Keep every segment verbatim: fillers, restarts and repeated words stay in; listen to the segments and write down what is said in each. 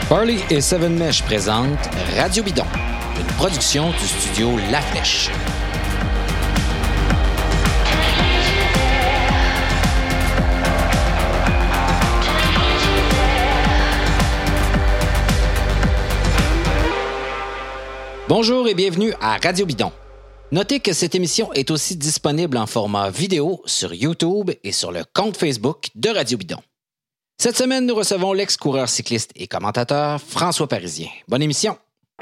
Parley et Seven Mesh présentent Radio Bidon, une production du studio La Flèche. Bonjour et bienvenue à Radio Bidon. Notez que cette émission est aussi disponible en format vidéo sur YouTube et sur le compte Facebook de Radio Bidon. Cette semaine, nous recevons l'ex-coureur cycliste et commentateur François Parisien. Bonne émission!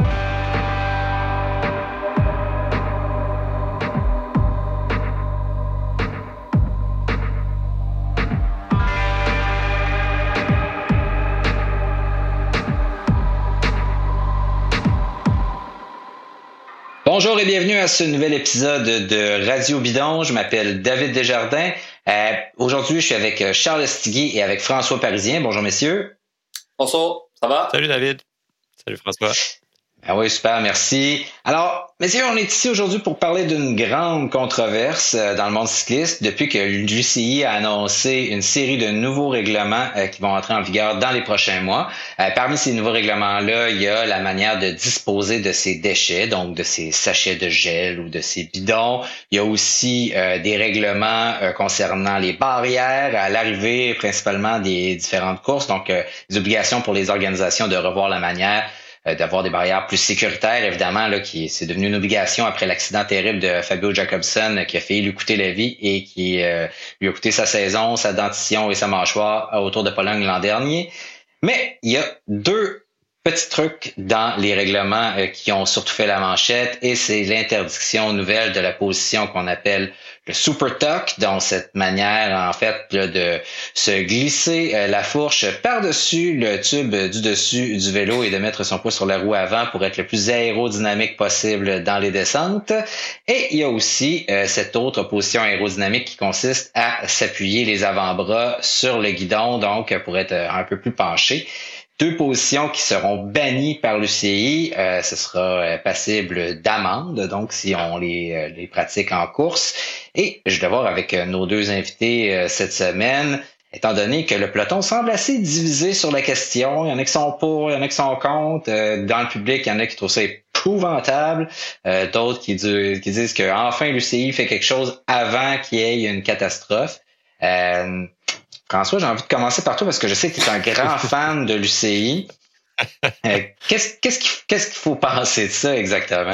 Bonjour et bienvenue à ce nouvel épisode de Radio Bidon. Je m'appelle David Desjardins. Euh, aujourd'hui, je suis avec Charles Estigui et avec François Parisien. Bonjour, messieurs. Bonsoir, ça va? Salut, David. Salut, François. Ah oui, super, merci. Alors, messieurs, on est ici aujourd'hui pour parler d'une grande controverse dans le monde cycliste depuis que l'U C I a annoncé une série de nouveaux règlements euh, qui vont entrer en vigueur dans les prochains mois. Euh, parmi ces nouveaux règlements-là, il y a la manière de disposer de ces déchets, donc de ces sachets de gel ou de ces bidons. Il y a aussi euh, des règlements euh, concernant les barrières à l'arrivée principalement des différentes courses, donc euh, des obligations pour les organisations de revoir la manière d'avoir des barrières plus sécuritaires, évidemment, là, qui c'est devenu une obligation après l'accident terrible de Fabio Jacobsen qui a failli lui coûter la vie et qui euh, lui a coûté sa saison, sa dentition et sa mâchoire au Tour de Pologne l'an dernier. Mais il y a deux petits trucs dans les règlements euh, qui ont surtout fait la manchette et c'est l'interdiction nouvelle de la position qu'on appelle le super tuck, donc cette manière en fait là, de se glisser euh, la fourche par-dessus le tube du dessus du vélo et de mettre son poids sur la roue avant pour être le plus aérodynamique possible dans les descentes. Et il y a aussi euh, cette autre position aérodynamique qui consiste à s'appuyer les avant-bras sur le guidon, donc pour être un peu plus penché. Deux positions qui seront bannies par l'U C I. Euh, ce sera euh, passible d'amende, donc si on les, euh, les pratique en course. Et je vais voir avec euh, nos deux invités euh, cette semaine, étant donné que le peloton semble assez divisé sur la question. Il y en a qui sont pour, il y en a qui sont contre. Euh, dans le public, il y en a qui trouvent ça épouvantable. Euh, d'autres qui, du, qui disent que enfin l'U C I fait quelque chose avant qu'il y ait une catastrophe. Euh, François, j'ai envie de commencer par toi parce que je sais que tu es un grand fan de l'U C I. Euh, qu'est-ce, qu'est-ce, qu'il, qu'est-ce qu'il faut penser de ça exactement?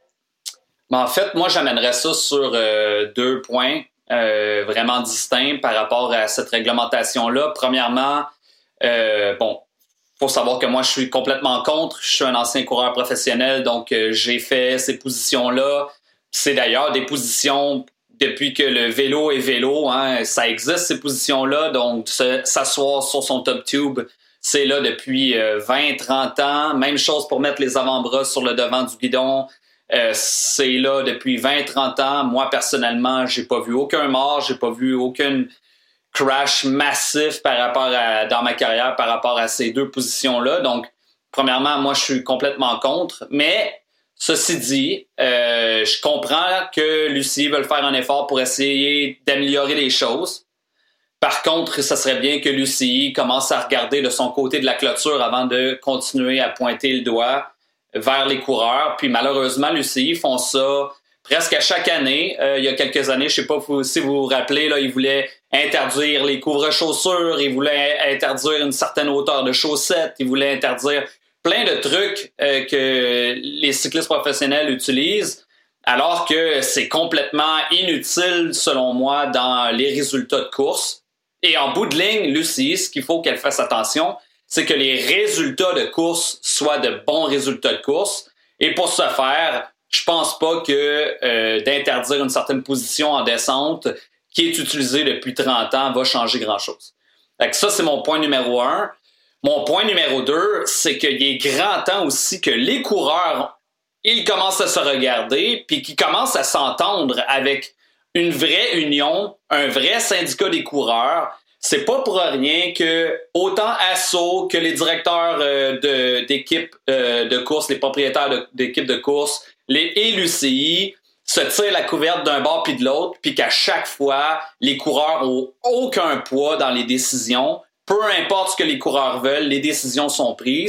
Ben, en fait, moi, j'amènerais ça sur euh, deux points euh, vraiment distincts par rapport à cette réglementation-là. Premièrement, euh, bon, faut savoir que moi, je suis complètement contre. Je suis un ancien coureur professionnel, donc euh, j'ai fait ces positions-là. C'est d'ailleurs des positions... Depuis que le vélo est vélo, hein, ça existe ces positions-là. Donc, se, s'asseoir sur son top tube, c'est là depuis euh, vingt trente ans. Même chose pour mettre les avant-bras sur le devant du guidon. Euh, c'est là depuis vingt trente ans. Moi, personnellement, j'ai pas vu aucun mort, j'ai pas vu aucun crash massif par rapport à, dans ma carrière par rapport à ces deux positions-là. Donc, premièrement, moi, je suis complètement contre. Mais... Ceci dit, euh, je comprends que l'U C I veut faire un effort pour essayer d'améliorer les choses. Par contre, ça serait bien que l'U C I commence à regarder de son côté de la clôture avant de continuer à pointer le doigt vers les coureurs. Puis malheureusement, l'U C I font ça presque à chaque année. Euh, il y a quelques années, je ne sais pas si vous vous rappelez, là, ils voulaient interdire les couvre-chaussures, ils voulaient interdire une certaine hauteur de chaussettes, ils voulaient interdire... plein de trucs euh, que les cyclistes professionnels utilisent, alors que c'est complètement inutile, selon moi, dans les résultats de course. Et en bout de ligne, l'U C I, ce qu'il faut qu'elle fasse attention, c'est que les résultats de course soient de bons résultats de course. Et pour ce faire, je pense pas que euh, d'interdire une certaine position en descente qui est utilisée depuis trente ans va changer grand-chose. Fait que ça, c'est mon point numéro un. Mon point numéro deux, c'est qu'il est grand temps aussi que les coureurs, ils commencent à se regarder puis qu'ils commencent à s'entendre avec une vraie union, un vrai syndicat des coureurs. C'est pas pour rien que autant Asso que les directeurs euh, de, d'équipes euh, de course, les propriétaires de, d'équipes de course les, et l'U C I se tirent la couverte d'un bord puis de l'autre puis qu'à chaque fois, les coureurs ont aucun poids dans les décisions. Peu importe ce que les coureurs veulent, les décisions sont prises.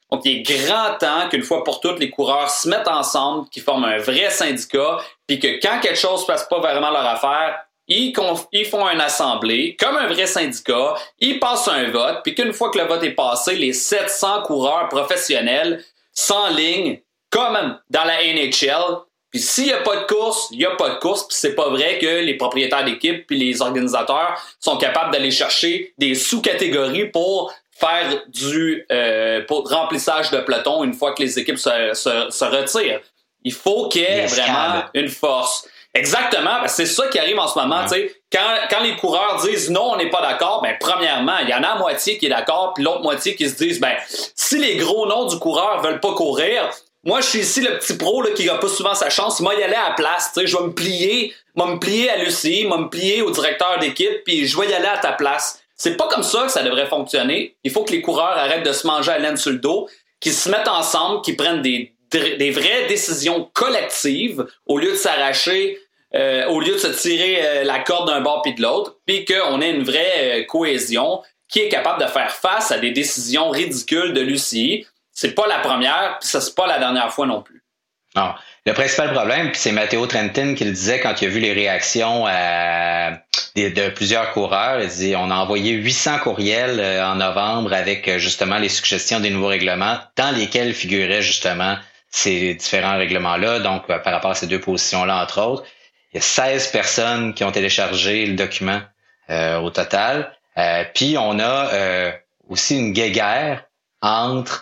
Donc, il est grand temps qu'une fois pour toutes, les coureurs se mettent ensemble, qu'ils forment un vrai syndicat, puis que quand quelque chose ne passe pas vraiment leur affaire, ils, conf- ils font une assemblée, comme un vrai syndicat, ils passent un vote, puis qu'une fois que le vote est passé, les sept cents coureurs professionnels s'enlignent, comme dans la N H L. Puis s'il n'y a pas de course, il n'y a pas de course, puis c'est pas vrai que les propriétaires d'équipe puis les organisateurs sont capables d'aller chercher des sous-catégories pour faire du euh, pour remplissage de peloton une fois que les équipes se, se, se retirent. Il faut qu'il y ait vraiment une force. Exactement, c'est ça qui arrive en ce moment. Ouais. Quand, quand les coureurs disent non, on n'est pas d'accord, ben premièrement, il y en a la moitié qui est d'accord, puis l'autre moitié qui se disent ben si les gros noms du coureur veulent pas courir, moi je suis ici le petit pro là, qui n'a pas souvent sa chance, moi y aller à la place, je vais me plier, je vais me plier à l'U C I, je vais me plier au directeur d'équipe, puis je vais y aller à ta place. C'est pas comme ça que ça devrait fonctionner. Il faut que les coureurs arrêtent de se manger à laine sur le dos, qu'ils se mettent ensemble, qu'ils prennent des, des vraies décisions collectives au lieu de s'arracher, euh, au lieu de se tirer euh, la corde d'un bord puis de l'autre, puis qu'on ait une vraie euh, cohésion qui est capable de faire face à des décisions ridicules de l'U C I. C'est pas la première, puis ça c'est pas la dernière fois non plus. Non. Le principal problème, puis c'est Matteo Trentin qui le disait quand il a vu les réactions à, de, de plusieurs coureurs. Il dit on a envoyé huit cents courriels en novembre avec justement les suggestions des nouveaux règlements, dans lesquels figuraient justement ces différents règlements-là, donc par rapport à ces deux positions-là, entre autres. Il y a seize personnes qui ont téléchargé le document euh, au total. Euh, puis on a euh, aussi une guéguerre entre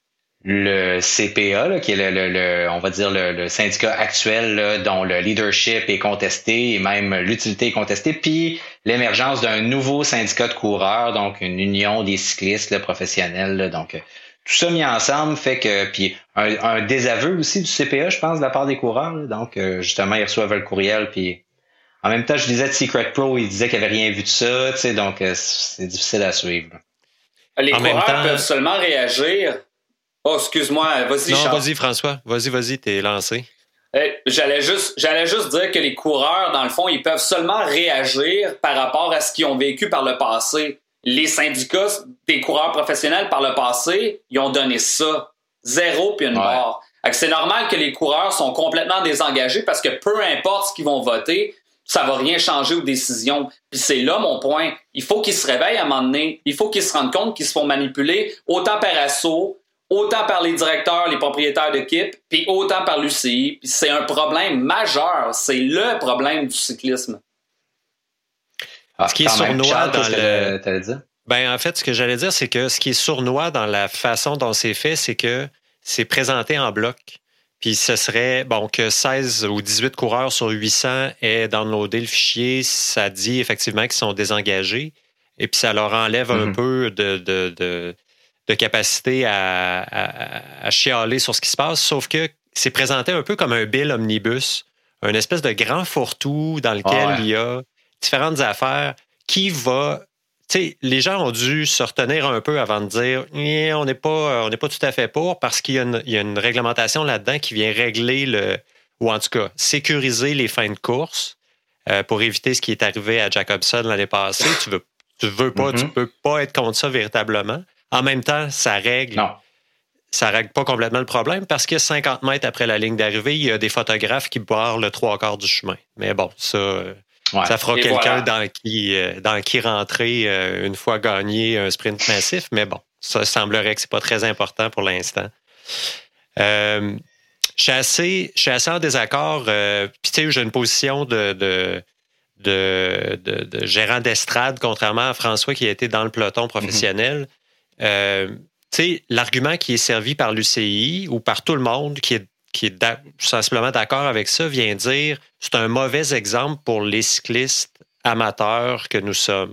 le C P A, là, qui est le, le, le, on va dire le, le syndicat actuel là, dont le leadership est contesté et même l'utilité est contestée, puis l'émergence d'un nouveau syndicat de coureurs, donc une union des cyclistes là, professionnels. Là, donc tout ça mis ensemble fait que puis un, un désaveu aussi du C P A, je pense, de la part des coureurs. Là, donc justement ils reçoivent le courriel, puis en même temps je disais de Secret Pro, il disait qu'il avait rien vu de ça, tu sais, donc c'est difficile à suivre. Les en coureurs temps... peuvent seulement réagir. Oh, excuse-moi, vas-y, Non, Charles. vas-y, François. Vas-y, vas-y, t'es lancé. Hey, j'allais juste, j'allais juste dire que les coureurs, dans le fond, ils peuvent seulement réagir par rapport à ce qu'ils ont vécu par le passé. Les syndicats des coureurs professionnels par le passé, ils ont donné ça. Zéro puis une barre. Ouais. C'est normal que les coureurs sont complètement désengagés parce que peu importe ce qu'ils vont voter, ça va rien changer aux décisions. Puis c'est là mon point. Il faut qu'ils se réveillent à un moment donné. Il faut qu'ils se rendent compte qu'ils se font manipuler autant par assaut, autant par les directeurs, les propriétaires d'équipe, puis autant par l'U C I. Puis c'est un problème majeur. C'est le problème du cyclisme. Ah, ce qui est sournois dans le... T'allais dire? Ben, en fait, ce que j'allais dire, c'est que ce qui est sournois dans la façon dont c'est fait, c'est que c'est présenté en bloc. Puis ce serait, bon, que seize ou dix-huit coureurs sur huit cents aient downloadé le fichier. Ça dit effectivement qu'ils sont désengagés. Et puis ça leur enlève mm-hmm. un peu de... de, de de capacité à, à, à chialer sur ce qui se passe, sauf que c'est présenté un peu comme un bill omnibus, une espèce de grand fourre-tout dans lequel oh ouais. il y a différentes affaires qui va... Tu sais, les gens ont dû se retenir un peu avant de dire eh, on n'est pas, on n'est pas tout à fait pour, parce qu'il y a une, il y a une réglementation là-dedans qui vient régler le... ou en tout cas, sécuriser les fins de course euh, pour éviter ce qui est arrivé à Jacobson l'année passée. Tu veux, tu veux pas, mm-hmm. tu peux pas être contre ça véritablement. En même temps, ça règle, non. ça règle pas complètement le problème parce que cinquante mètres après la ligne d'arrivée, il y a des photographes qui barrent le trois quarts du chemin. Mais bon, ça, ouais. ça fera Et quelqu'un voilà. dans qui, dans qui rentrer une fois gagné un sprint massif. Mais bon, ça semblerait que c'est pas très important pour l'instant. Euh, je suis assez, je suis assez en désaccord. Euh, Puis tu sais, j'ai une position de, de De, de, de gérant d'estrade, contrairement à François qui a été dans le peloton professionnel. Mm-hmm. Euh, tu sais, l'argument qui est servi par l'U C I ou par tout le monde qui est, qui est da- sensiblement d'accord avec ça vient dire c'est un mauvais exemple pour les cyclistes amateurs que nous sommes.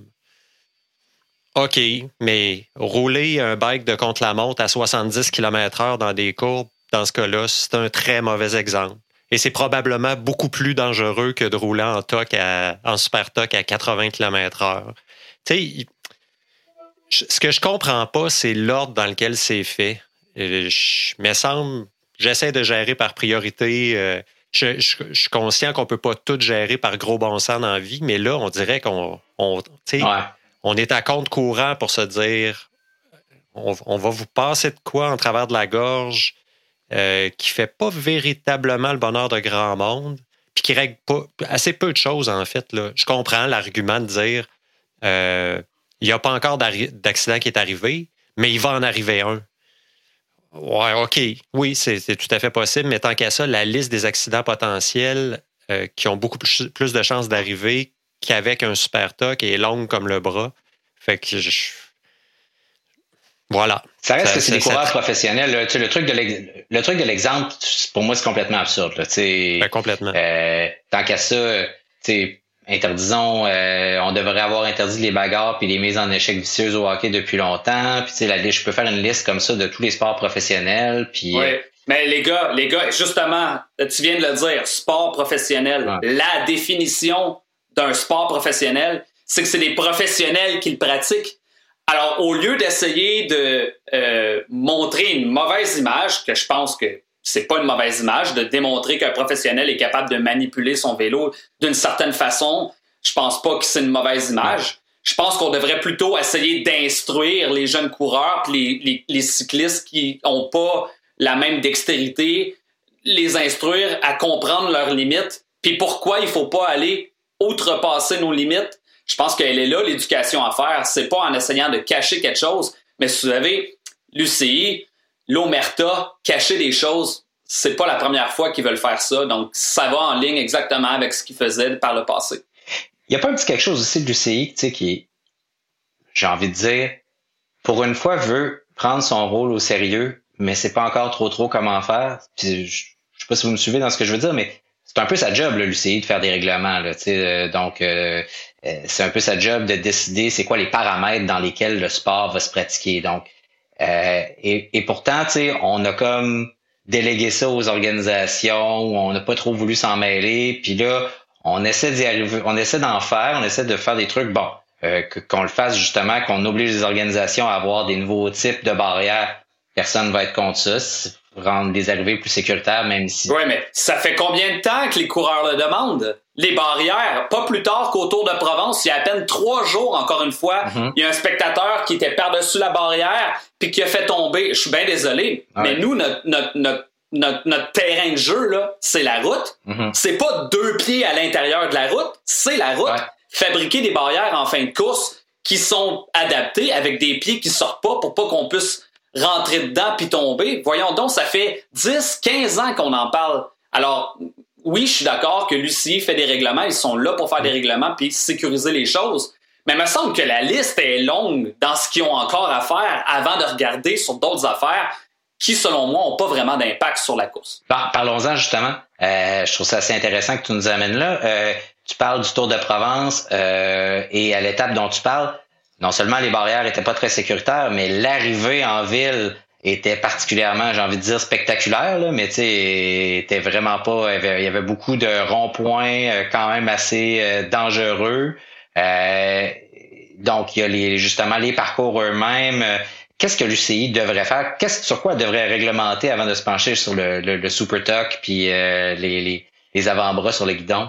OK, mais rouler un bike de contre-la-montre à soixante-dix kilomètres heure dans des courbes, dans ce cas-là, c'est un très mauvais exemple. Et c'est probablement beaucoup plus dangereux que de rouler en toc à, en super toc à quatre-vingts kilomètres heure. Tu sais, ce que je comprends pas, c'est l'ordre dans lequel c'est fait. Je me semble, j'essaie de gérer par priorité. Je, je, je suis conscient qu'on peut pas tout gérer par gros bon sens dans la vie, mais là, on dirait qu'on on, ouais. on est à compte courant pour se dire on, on va vous passer de quoi en travers de la gorge euh, qui fait pas véritablement le bonheur de grand monde, puis qui règle pas assez peu de choses, en fait. Là. Je comprends l'argument de dire euh, il n'y a pas encore d'accident qui est arrivé, mais il va en arriver un. Ouais, OK. Oui, c'est, c'est tout à fait possible, mais tant qu'à ça, la liste des accidents potentiels euh, qui ont beaucoup plus, plus de chances d'arriver qu'avec un super T O C est longue comme le bras. Fait que je... Voilà. Ça reste ça, que c'est ça, des coureurs ça... professionnels. Là. Tu sais, le, truc de le truc de l'exemple, pour moi, c'est complètement absurde. Là. Tu sais, ben, complètement. Euh, tant qu'à ça, tu sais, interdisons, euh, on devrait avoir interdit les bagarres puis les mises en échec vicieuses au hockey depuis longtemps. Puis tu sais, la liste, je peux faire une liste comme ça de tous les sports professionnels. Puis oui. Euh, Mais les gars, les gars, justement, tu viens de le dire, sport professionnel. Ouais. La définition d'un sport professionnel, c'est que c'est des professionnels qui le pratiquent. Alors, au lieu d'essayer de euh, montrer une mauvaise image, que je pense que c'est pas une mauvaise image, de démontrer qu'un professionnel est capable de manipuler son vélo d'une certaine façon, je pense pas que c'est une mauvaise image. Je pense qu'on devrait plutôt essayer d'instruire les jeunes coureurs puis les, les, les cyclistes qui ont pas la même dextérité, les instruire à comprendre leurs limites, puis pourquoi il faut pas aller outrepasser nos limites. Je pense qu'elle est là, l'éducation à faire. C'est pas en essayant de cacher quelque chose, mais si vous savez, l'U C I, l'Omerta, cacher des choses, c'est pas la première fois qu'ils veulent faire ça. Donc, ça va en ligne exactement avec ce qu'ils faisaient par le passé. Il n'y a pas un petit quelque chose aussi de l'U C I, tu sais, qui, j'ai envie de dire, pour une fois, veut prendre son rôle au sérieux, mais c'est pas encore trop trop comment faire. Puis, je, je sais pas si vous me suivez dans ce que je veux dire, mais c'est un peu sa job, l'U C I, de faire des règlements. Là, euh, donc, euh, euh, c'est un peu sa job de décider c'est quoi les paramètres dans lesquels le sport va se pratiquer. Donc, euh, et, et pourtant, on a comme délégué ça aux organisations, où on n'a pas trop voulu s'en mêler. Puis là, on essaie d'y arriver, on essaie d'en faire, on essaie de faire des trucs, bon, euh, que, qu'on le fasse justement, qu'on oblige les organisations à avoir des nouveaux types de barrières. Personne ne va être contre ça. Rendre les arrivées plus sécuritaires, même si... Oui, mais ça fait combien de temps que les coureurs le demandent? Les barrières, pas plus tard qu'au Tour de Provence, il y a à peine trois jours, encore une fois, mm-hmm. il y a un spectateur qui était par-dessus la barrière puis qui a fait tomber. Je suis bien désolé, ouais. mais nous, notre, notre, notre, notre, notre terrain de jeu, là, c'est la route. Mm-hmm. C'est pas deux pieds à l'intérieur de la route, c'est la route. Ouais. Fabriquer des barrières en fin de course qui sont adaptées avec des pieds qui sortent pas pour pas qu'on puisse rentrer dedans puis tomber. Voyons donc, ça fait dix, quinze ans qu'on en parle. Alors, oui, je suis d'accord que l'U C I fait des règlements, ils sont là pour faire des règlements puis sécuriser les choses, mais il me semble que la liste est longue dans ce qu'ils ont encore à faire avant de regarder sur d'autres affaires qui, selon moi, n'ont pas vraiment d'impact sur la course. Par- parlons-en justement. Euh, je trouve ça assez intéressant que tu nous amènes là. Euh, tu parles du Tour de Provence euh, et à l'étape dont tu parles, non seulement les barrières n'étaient pas très sécuritaires, mais l'arrivée en ville était particulièrement, j'ai envie de dire, spectaculaire, là, mais tu sais, était vraiment pas, il y avait, il y avait beaucoup de ronds-points euh, quand même assez euh, dangereux. Euh, donc, il y a les, justement les parcours eux-mêmes. Euh, qu'est-ce que l'U C I devrait faire? Qu'est-ce sur quoi elle devrait réglementer avant de se pencher sur le, le, le Super T O C puis euh, les, les, les avant-bras sur le guidon?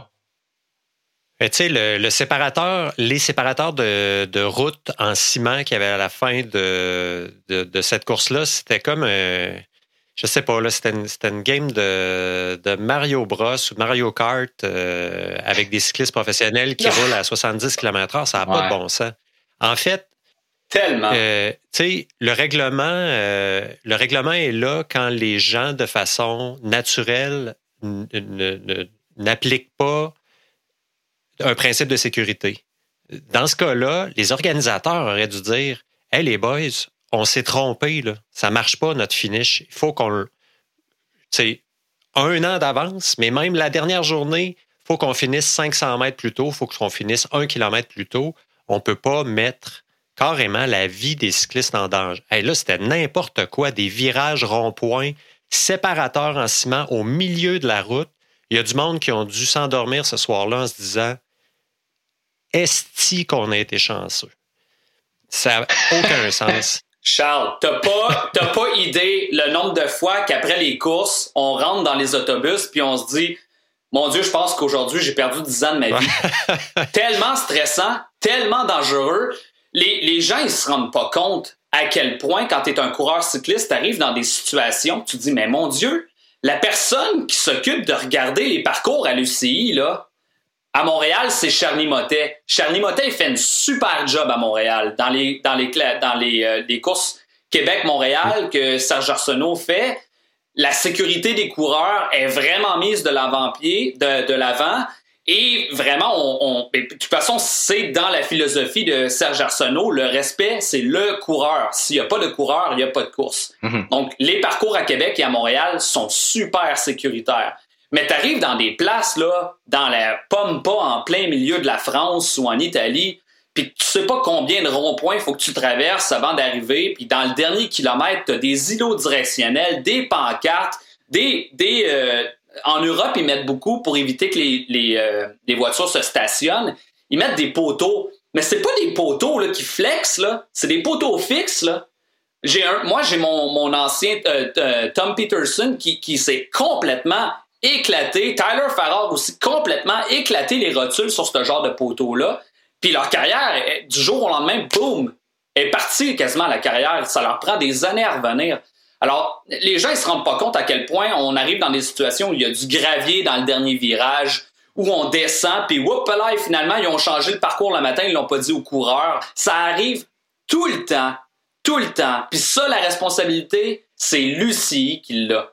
Tu sais, le, le séparateur, les séparateurs de, de route en ciment qu'il y avait à la fin de, de, de cette course-là, c'était comme, euh, je sais pas, là, c'était une, c'était une game de, de Mario Bros ou Mario Kart euh, avec des cyclistes professionnels qui roulent à soixante-dix kilomètres heure. Ça n'a ouais. pas de bon sens. En fait, tellement. Euh, tu sais, le règlement, euh, le règlement est là quand les gens, de façon naturelle, n- n- n- n'appliquent pas un principe de sécurité. Dans ce cas-là, les organisateurs auraient dû dire « Hey, les boys, on s'est trompé, là. Ça marche pas, notre finish. Il faut qu'on le... » Tu sais, un an d'avance, mais même la dernière journée, il faut qu'on finisse cinq cents mètres plus tôt, il faut qu'on finisse un kilomètre plus tôt. On peut pas mettre carrément la vie des cyclistes en danger. Hey, là, c'était n'importe quoi, des virages ronds-points, séparateurs en ciment au milieu de la route. Il y a du monde qui ont dû s'endormir ce soir-là en se disant est-ce qu'on a été chanceux? Ça n'a aucun sens. Charles, t'as pas, t'as pas idée le nombre de fois qu'après les courses, on rentre dans les autobus puis on se dit mon Dieu, je pense qu'aujourd'hui, j'ai perdu dix ans de ma vie. Tellement stressant, tellement dangereux. Les, les gens, ils se rendent pas compte à quel point, quand tu es un coureur cycliste, tu arrives dans des situations que tu te dis, mais mon Dieu, la personne qui s'occupe de regarder les parcours à l'U C I, là, à Montréal, c'est Charny Motet. Charny Motet, il fait une super job à Montréal. Dans les, dans les, dans les, euh, les courses Québec-Montréal que Serge Arsenault fait, la sécurité des coureurs est vraiment mise de l'avant-pied, de, de l'avant. Et vraiment, on, on, de toute façon, c'est dans la philosophie de Serge Arsenault, le respect, c'est le coureur. S'il n'y a pas de coureur, il n'y a pas de course. Mm-hmm. Donc, les parcours à Québec et à Montréal sont super sécuritaires. Mais tu arrives dans des places, là, dans la Pampa, en plein milieu de la France ou en Italie, puis tu sais pas combien de ronds-points il faut que tu traverses avant d'arriver, puis dans le dernier kilomètre, tu as des îlots directionnels, des pancartes, des... des euh, en Europe, ils mettent beaucoup pour éviter que les, les, euh, les voitures se stationnent. Ils mettent des poteaux. Mais c'est pas des poteaux là, qui flexent, là. C'est des poteaux fixes, là. J'ai un, moi, j'ai mon, mon ancien euh, euh, Tom Peterson qui, qui s'est complètement éclaté. Tyler Farrar aussi complètement éclaté les rotules sur ce genre de poteaux-là. Puis leur carrière, du jour au lendemain, boum, est partie quasiment la carrière. Ça leur prend des années à revenir. Alors, les gens ne se rendent pas compte à quel point on arrive dans des situations où il y a du gravier dans le dernier virage, où on descend, puis whoop là, et finalement, ils ont changé le parcours le matin, ils l'ont pas dit aux coureurs. Ça arrive tout le temps, tout le temps. Puis ça, la responsabilité, c'est l'U C I qui l'a.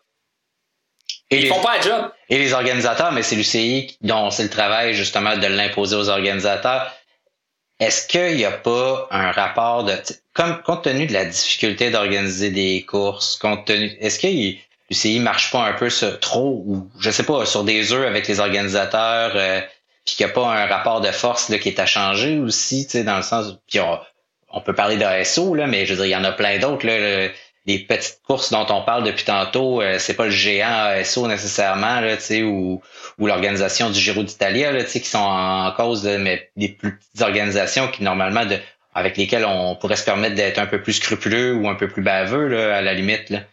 Et ils les, font pas le job. Et les organisateurs, mais c'est l'U C I dont c'est le travail justement de l'imposer aux organisateurs. Est-ce qu'il n'y a pas un rapport de... Comme, compte tenu de la difficulté d'organiser des courses, compte tenu, est-ce que l'U C I marche pas un peu sur, trop, ou je sais pas, sur des œufs avec les organisateurs, euh, puis qu'il n'y a pas un rapport de force là, qui est à changer aussi, tu sais, dans le sens... Puis on, on peut parler d'A S O, là, mais je veux dire, il y en a plein d'autres, là, le, les petites courses dont on parle depuis tantôt, euh, c'est pas le géant A S O nécessairement, là, tu sais, ou, ou l'organisation du Giro d'Italia, là, tu sais, qui sont en cause, là, mais des plus petites organisations qui normalement, de, avec lesquelles on pourrait se permettre d'être un peu plus scrupuleux ou un peu plus baveux, là, à la limite, là.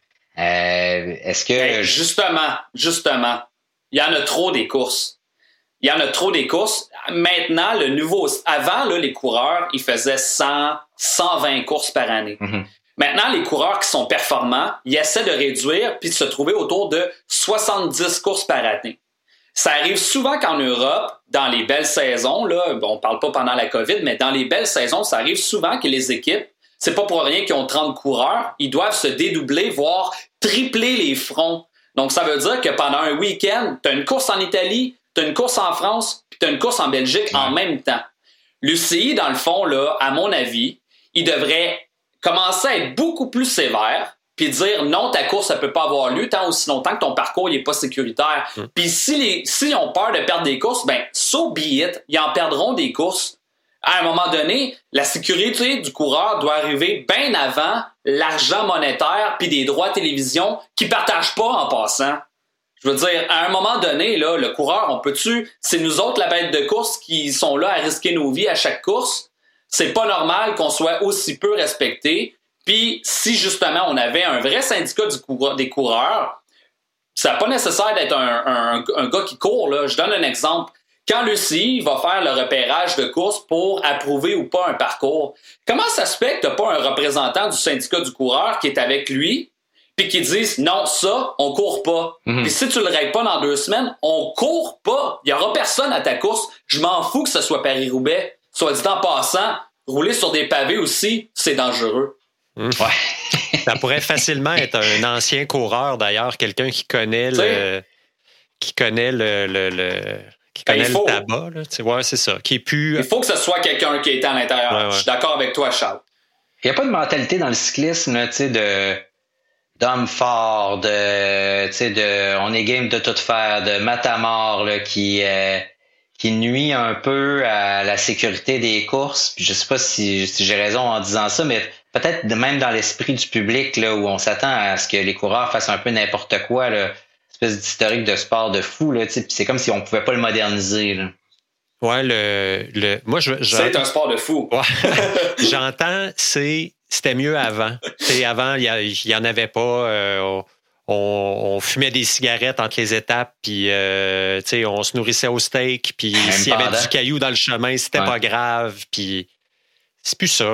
Euh, est-ce que ben, justement, justement, il y en a trop des courses. Il y en a trop des courses. Maintenant, le nouveau, avant là, les coureurs, ils faisaient cent, cent vingt courses par année. Mm-hmm. Maintenant, les coureurs qui sont performants, ils essaient de réduire puis de se trouver autour de soixante-dix courses par année. Ça arrive souvent qu'en Europe, dans les belles saisons, là, on ne parle pas pendant la COVID, mais dans les belles saisons, ça arrive souvent que les équipes, c'est pas pour rien qu'ils ont trente coureurs, ils doivent se dédoubler, voire tripler les fronts. Donc, ça veut dire que pendant un week-end, tu as une course en Italie, tu as une course en France, puis tu as une course en Belgique en même temps. L'U C I, dans le fond, là, à mon avis, il devrait commencer à être beaucoup plus sévère, puis dire non, ta course, ça peut pas avoir lieu tant aussi longtemps que ton parcours n'est pas sécuritaire. Mm. Puis si les, s'ils ont peur de perdre des courses, ben, so be it, ils en perdront des courses. À un moment donné, la sécurité du coureur doit arriver bien avant l'argent monétaire puis des droits de télévision qu'ils partagent pas en passant. Je veux dire, à un moment donné, là, le coureur, on peut-tu... C'est nous autres, la bête de course, qui sont là à risquer nos vies à chaque course. C'est pas normal qu'on soit aussi peu respecté. Puis, si justement, on avait un vrai syndicat du coureur, des coureurs, ça n'a pas nécessaire d'être un, un, un gars qui court, là. Je donne un exemple. Quand l'U C I va faire le repérage de course pour approuver ou pas un parcours, comment ça se fait que tu n'as pas un représentant du syndicat du coureur qui est avec lui puis qui dise non, ça, on court pas. Mm-hmm. Puis si tu le règles pas dans deux semaines, on court pas. Il y aura personne à ta course. Je m'en fous que ce soit Paris-Roubaix. Soit dit en passant, rouler sur des pavés aussi, c'est dangereux. Mmh. Ouais. Ça pourrait facilement être un ancien coureur, d'ailleurs, quelqu'un qui connaît le, qui connaît le, le, le qui connaît ben, le tabac. Là. Ouais, c'est ça. Qui est plus... Il faut que ce soit quelqu'un qui est à l'intérieur. Ouais, ouais. Je suis d'accord avec toi, Charles. Il n'y a pas de mentalité dans le cyclisme, là, de d'homme fort, de, de on est game de tout faire, de matamor là, qui euh, qui nuit un peu à la sécurité des courses. Puis je sais pas si, si j'ai raison en disant ça, mais peut-être même dans l'esprit du public là, où on s'attend à ce que les coureurs fassent un peu n'importe quoi, là, espèce d'historique de sport de fou, là, puis c'est comme si on pouvait pas le moderniser. Là. Ouais, le, le moi je, je c'est un sport de fou. Ouais, j'entends, c'est c'était mieux avant. T'sais, avant, il y, y en avait pas. Euh, on, on fumait des cigarettes entre les étapes, puis euh, on se nourrissait au steak, puis s'il y avait du caillou dans le chemin, c'était ouais. pas grave. Puis c'est plus ça, là.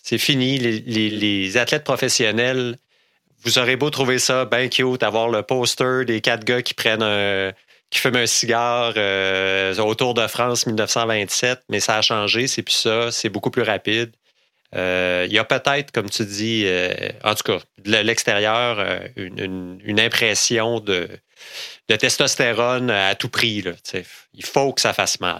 C'est fini. Les, les, les athlètes professionnels, vous aurez beau trouver ça bien cute, avoir le poster des quatre gars qui prennent un, qui fument un cigare euh, au Tour de France dix-neuf cent vingt-sept, mais ça a changé, c'est plus ça, c'est beaucoup plus rapide. Euh, il y a peut-être, comme tu dis, euh, en tout cas, de l'extérieur, euh, une, une, une impression de, de testostérone à tout prix. Là, il faut que ça fasse mal.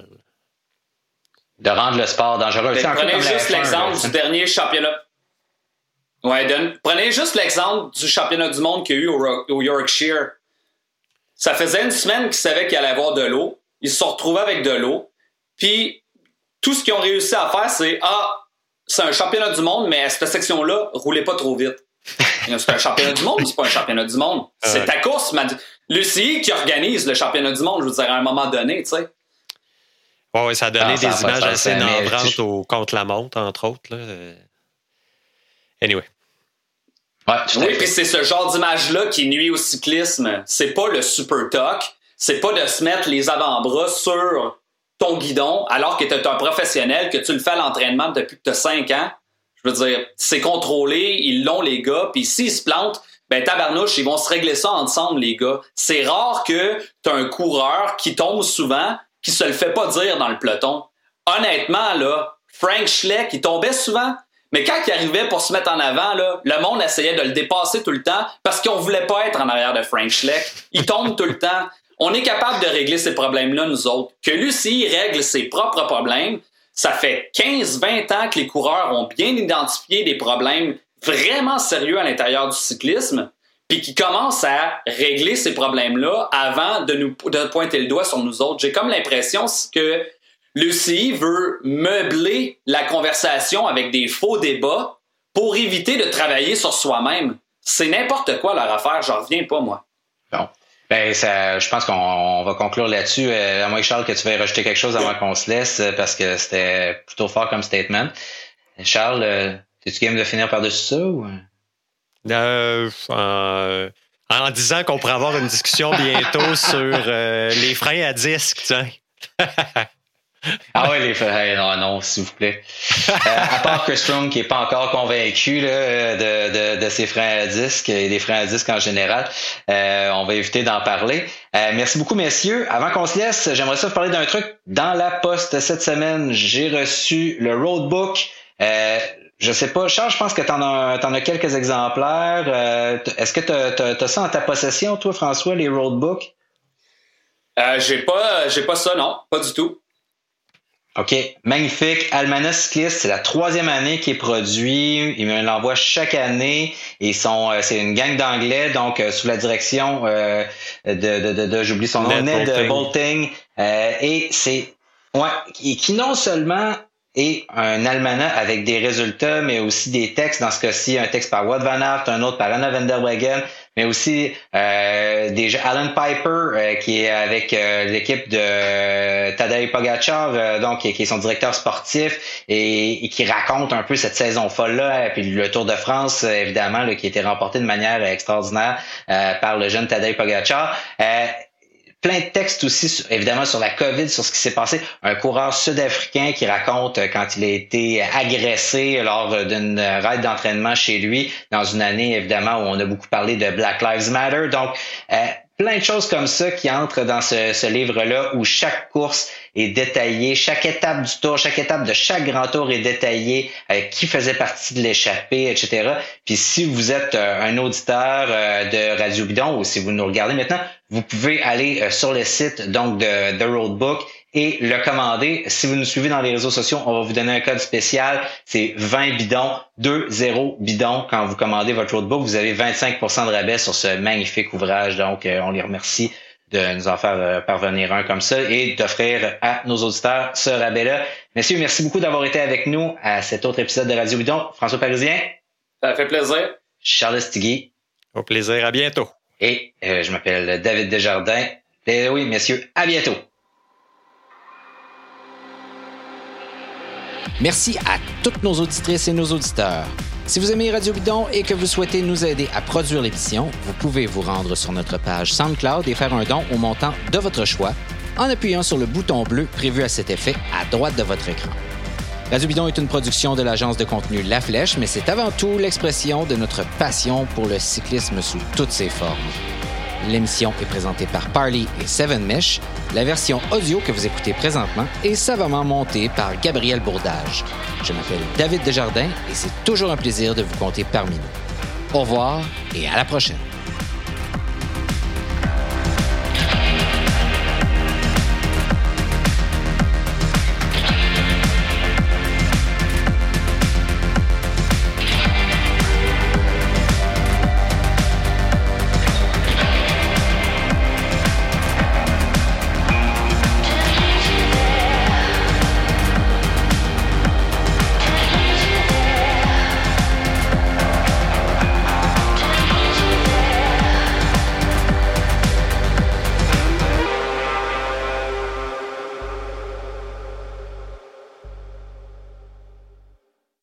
De rendre le sport dangereux. Ben, prenez juste l'exemple du dernier championnat. Ouais, de... Prenez juste l'exemple du championnat du monde qu'il y a eu au, au Yorkshire. Ça faisait une semaine qu'ils savaient qu'il allait avoir de l'eau. Ils se sont retrouvés avec de l'eau. Puis, tout ce qu'ils ont réussi à faire, c'est « Ah, c'est un championnat du monde, mais à cette section-là, roulez pas trop vite. » C'est un championnat du monde ou c'est pas un championnat du monde? C'est ta course. L'U C I qui organise le championnat du monde, je veux dire, à un moment donné, tu sais. Oui, ouais, ça a donné ah, des images assez nambrantes au contre-la-montre, entre autres. Là. Anyway. Ouais, oui, puis c'est ce genre d'image-là qui nuit au cyclisme. C'est pas le super talk, c'est pas de se mettre les avant-bras sur ton guidon alors que tu es un professionnel, que tu le fais à l'entraînement depuis que tu as cinq ans. Je veux dire, c'est contrôlé, ils l'ont, les gars, puis s'ils se plantent, ben tabarnouche, ils vont se régler ça ensemble, les gars. C'est rare que tu as un coureur qui tombe souvent, qui se le fait pas dire dans le peloton. Honnêtement, là, Frank Schleck, il tombait souvent, mais quand il arrivait pour se mettre en avant, là, le monde essayait de le dépasser tout le temps parce qu'on voulait pas être en arrière de Frank Schleck. Il tombe tout le temps. On est capable de régler ces problèmes-là, nous autres. Que l'U C I règle ses propres problèmes, ça fait quinze vingt ans que les coureurs ont bien identifié des problèmes vraiment sérieux à l'intérieur du cyclisme, puis qui commencent à régler ces problèmes-là avant de nous de pointer le doigt sur nous autres. J'ai comme l'impression que l'U C I veut meubler la conversation avec des faux débats pour éviter de travailler sur soi-même. C'est n'importe quoi leur affaire, j'en reviens pas, moi. Bon. Ben, ça, je pense qu'on va conclure là-dessus. Euh, à moins, Charles, que tu veuilles rajouter quelque chose avant qu'on se laisse, parce que c'était plutôt fort comme statement. Charles, euh, es-tu game de finir par-dessus ça ou... Euh, euh, en disant qu'on pourrait avoir une discussion bientôt sur euh, les freins à disque, tiens. Ah oui, les freins, non, non, s'il vous plaît. Euh, à part Chris Froome qui n'est pas encore convaincu là, de, de, de ses freins à disque et des freins à disque en général, euh, on va éviter d'en parler. Euh, merci beaucoup, messieurs. Avant qu'on se laisse, j'aimerais ça vous parler d'un truc. Dans la poste cette semaine, j'ai reçu le Roadbook. Euh, je sais pas, Charles, je pense que t'en as, t'en as quelques exemplaires. Euh, est-ce que t'as, t'as, t'as ça en ta possession, toi, François, les Roadbooks? Euh, j'ai pas, j'ai pas ça, non, pas du tout. OK, magnifique. Almanach Cycliste, c'est la troisième année qu'il est produit. Il me l'envoie chaque année. Ils sont, c'est une gang d'Anglais, donc euh, sous la direction euh, de, de, de, de, j'oublie son nom, Ned, Ned Boulting. Euh, et c'est, ouais, qui, qui non seulement est un almanach avec des résultats, mais aussi des textes. Dans ce cas-ci, un texte par Wout van Aert, un autre par Anna van der Breggen, mais aussi euh, des Alan Piper euh, qui est avec euh, l'équipe de euh, Tadej Pogačar, euh, donc qui, qui est son directeur sportif et, et qui raconte un peu cette saison folle-là, puis le Tour de France, évidemment, là, qui a été remporté de manière extraordinaire euh, par le jeune Tadej Pogačar. Euh, Plein de textes aussi, évidemment, sur la COVID, sur ce qui s'est passé. Un coureur sud-africain qui raconte quand il a été agressé lors d'une ride d'entraînement chez lui, dans une année, évidemment, où on a beaucoup parlé de Black Lives Matter. Donc, euh, plein de choses comme ça qui entrent dans ce, ce livre-là où chaque course est détaillée, chaque étape du tour, chaque étape de chaque grand tour est détaillée, euh, qui faisait partie de l'échappée, et cetera. Puis si vous êtes euh, un auditeur euh, de Radio Bidon ou si vous nous regardez maintenant, vous pouvez aller euh, sur le site donc de The Roadbook et le commander. Si vous nous suivez dans les réseaux sociaux, on va vous donner un code spécial. C'est vingt bidons, deux zéro bidons. Quand vous commandez votre Roadbook, vous avez vingt-cinq pour cent de rabais sur ce magnifique ouvrage. Donc, euh, on les remercie de nous en faire euh, parvenir un comme ça et d'offrir à nos auditeurs ce rabais-là. Messieurs, merci beaucoup d'avoir été avec nous à cet autre épisode de Radio Bidon. François Parisien. Ça fait plaisir. Charles Stigui. Au plaisir. À bientôt. Et euh, je m'appelle David Desjardins. Et oui, messieurs, à bientôt. Merci à toutes nos auditrices et nos auditeurs. Si vous aimez Radio Bidon et que vous souhaitez nous aider à produire l'émission, vous pouvez vous rendre sur notre page SoundCloud et faire un don au montant de votre choix en appuyant sur le bouton bleu prévu à cet effet à droite de votre écran. Radio Bidon est une production de l'agence de contenu La Flèche, mais c'est avant tout l'expression de notre passion pour le cyclisme sous toutes ses formes. L'émission est présentée par Parley et Seven Mesh. La version audio que vous écoutez présentement est savamment montée par Gabriel Bourdage. Je m'appelle David Desjardins et c'est toujours un plaisir de vous compter parmi nous. Au revoir et à la prochaine.